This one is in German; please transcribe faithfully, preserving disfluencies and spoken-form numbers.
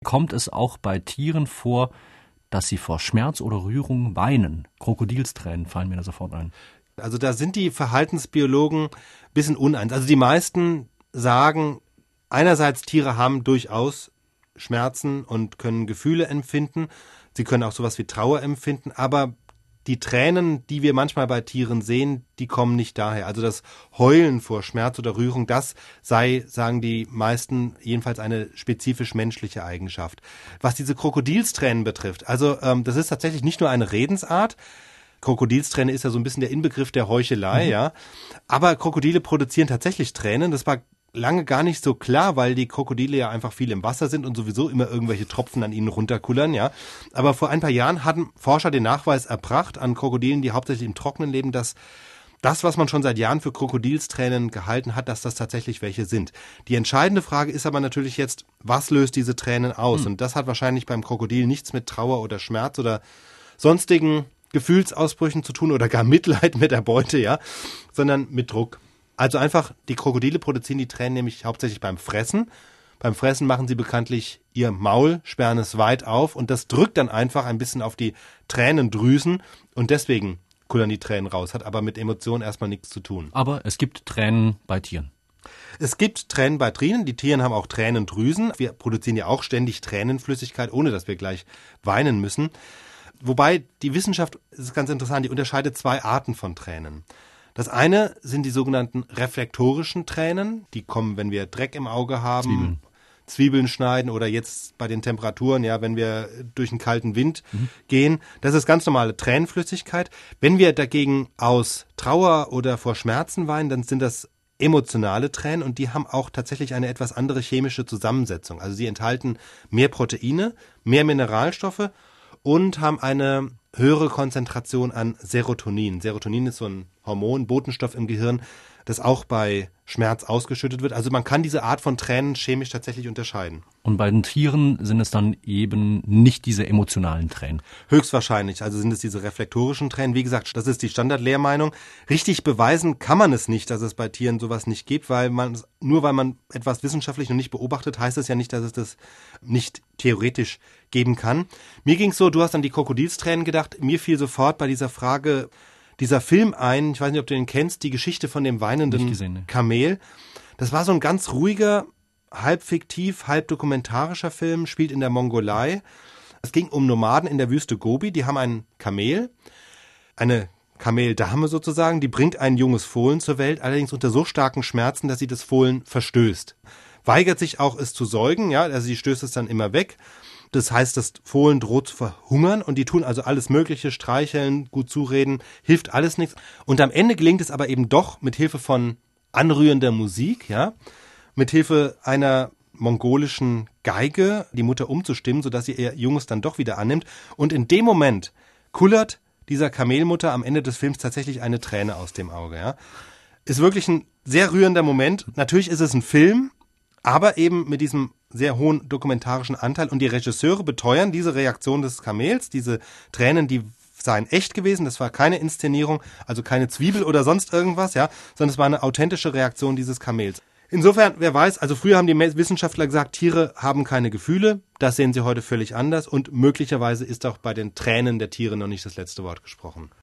kommt es auch bei Tieren vor, dass sie vor Schmerz oder Rührung weinen. Krokodilstränen fallen mir da sofort ein. Also da sind die Verhaltensbiologen ein bisschen uneins. Also die meisten sagen, einerseits Tiere haben durchaus Schmerzen und können Gefühle empfinden. Sie können auch sowas wie Trauer empfinden, aber die Tränen, die wir manchmal bei Tieren sehen, die kommen nicht daher. Also das Heulen vor Schmerz oder Rührung, das sei, sagen die meisten, jedenfalls eine spezifisch menschliche Eigenschaft. Was diese Krokodilstränen betrifft, also ähm, das ist tatsächlich nicht nur eine Redensart. Krokodilsträne ist ja so ein bisschen der Inbegriff der Heuchelei, mhm. ja. Aber Krokodile produzieren tatsächlich Tränen. Das war lange gar nicht so klar, weil die Krokodile ja einfach viel im Wasser sind und sowieso immer irgendwelche Tropfen an ihnen runterkullern, ja. Aber vor ein paar Jahren hatten Forscher den Nachweis erbracht an Krokodilen, die hauptsächlich im Trockenen leben, dass das, was man schon seit Jahren für Krokodilstränen gehalten hat, dass das tatsächlich welche sind. Die entscheidende Frage ist aber natürlich jetzt, was löst diese Tränen aus? Mhm. Und das hat wahrscheinlich beim Krokodil nichts mit Trauer oder Schmerz oder sonstigen Gefühlsausbrüchen zu tun oder gar Mitleid mit der Beute, ja, sondern mit Druck. Also einfach, die Krokodile produzieren die Tränen nämlich hauptsächlich beim Fressen. Beim Fressen machen sie bekanntlich ihr Maul, sperren es weit auf und das drückt dann einfach ein bisschen auf die Tränendrüsen und deswegen kullern die Tränen raus. Hat aber mit Emotionen erstmal nichts zu tun. Aber es gibt Tränen bei Tieren. Es gibt Tränen bei Tieren. Die Tiere haben auch Tränendrüsen. Wir produzieren ja auch ständig Tränenflüssigkeit, ohne dass wir gleich weinen müssen. Wobei die Wissenschaft, das ist ganz interessant, die unterscheidet zwei Arten von Tränen. Das eine sind die sogenannten reflektorischen Tränen. Die kommen, wenn wir Dreck im Auge haben, Zwiebeln, Zwiebeln schneiden oder jetzt bei den Temperaturen, ja, wenn wir durch einen kalten Wind mhm. gehen. Das ist ganz normale Tränenflüssigkeit. Wenn wir dagegen aus Trauer oder vor Schmerzen weinen, dann sind das emotionale Tränen und die haben auch tatsächlich eine etwas andere chemische Zusammensetzung. Also sie enthalten mehr Proteine, mehr Mineralstoffe und haben eine höhere Konzentration an Serotonin. Serotonin ist so ein Hormon, Botenstoff im Gehirn, das auch bei Schmerz ausgeschüttet wird. Also man kann diese Art von Tränen chemisch tatsächlich unterscheiden. Und bei den Tieren sind es dann eben nicht diese emotionalen Tränen? Höchstwahrscheinlich. Also sind es diese reflektorischen Tränen. Wie gesagt, das ist die Standardlehrmeinung. Richtig beweisen kann man es nicht, dass es bei Tieren sowas nicht gibt, weil man, nur weil man etwas wissenschaftlich noch nicht beobachtet, heißt es ja nicht, dass es das nicht theoretisch geben kann. Mir ging es so, du hast an die Krokodilstränen gedacht. Mir fiel sofort bei dieser Frage dieser Film ein, ich weiß nicht, ob du den kennst, die Geschichte von dem weinenden gesehen, ne? Kamel. Das war so ein ganz ruhiger, halb fiktiv, halb dokumentarischer Film, spielt in der Mongolei. Es ging um Nomaden in der Wüste Gobi, die haben ein Kamel, eine Kameldame sozusagen, die bringt ein junges Fohlen zur Welt, allerdings unter so starken Schmerzen, dass sie das Fohlen verstößt. Weigert sich auch, es zu säugen, ja, also sie stößt es dann immer weg. Das heißt, das Fohlen droht zu verhungern und die tun also alles Mögliche, streicheln, gut zureden, hilft alles nichts. Und am Ende gelingt es aber eben doch mit Hilfe von anrührender Musik, ja, mit Hilfe einer mongolischen Geige die Mutter umzustimmen, sodass sie ihr Junges dann doch wieder annimmt. Und in dem Moment kullert dieser Kamelmutter am Ende des Films tatsächlich eine Träne aus dem Auge, ja. Ist wirklich ein sehr rührender Moment. Natürlich ist es ein Film, aber eben mit diesem sehr hohen dokumentarischen Anteil. Und die Regisseure beteuern diese Reaktion des Kamels, diese Tränen, die seien echt gewesen. Das war keine Inszenierung, also keine Zwiebel oder sonst irgendwas, ja, sondern es war eine authentische Reaktion dieses Kamels. Insofern, wer weiß, also früher haben die Wissenschaftler gesagt, Tiere haben keine Gefühle. Das sehen sie heute völlig anders. Und möglicherweise ist auch bei den Tränen der Tiere noch nicht das letzte Wort gesprochen.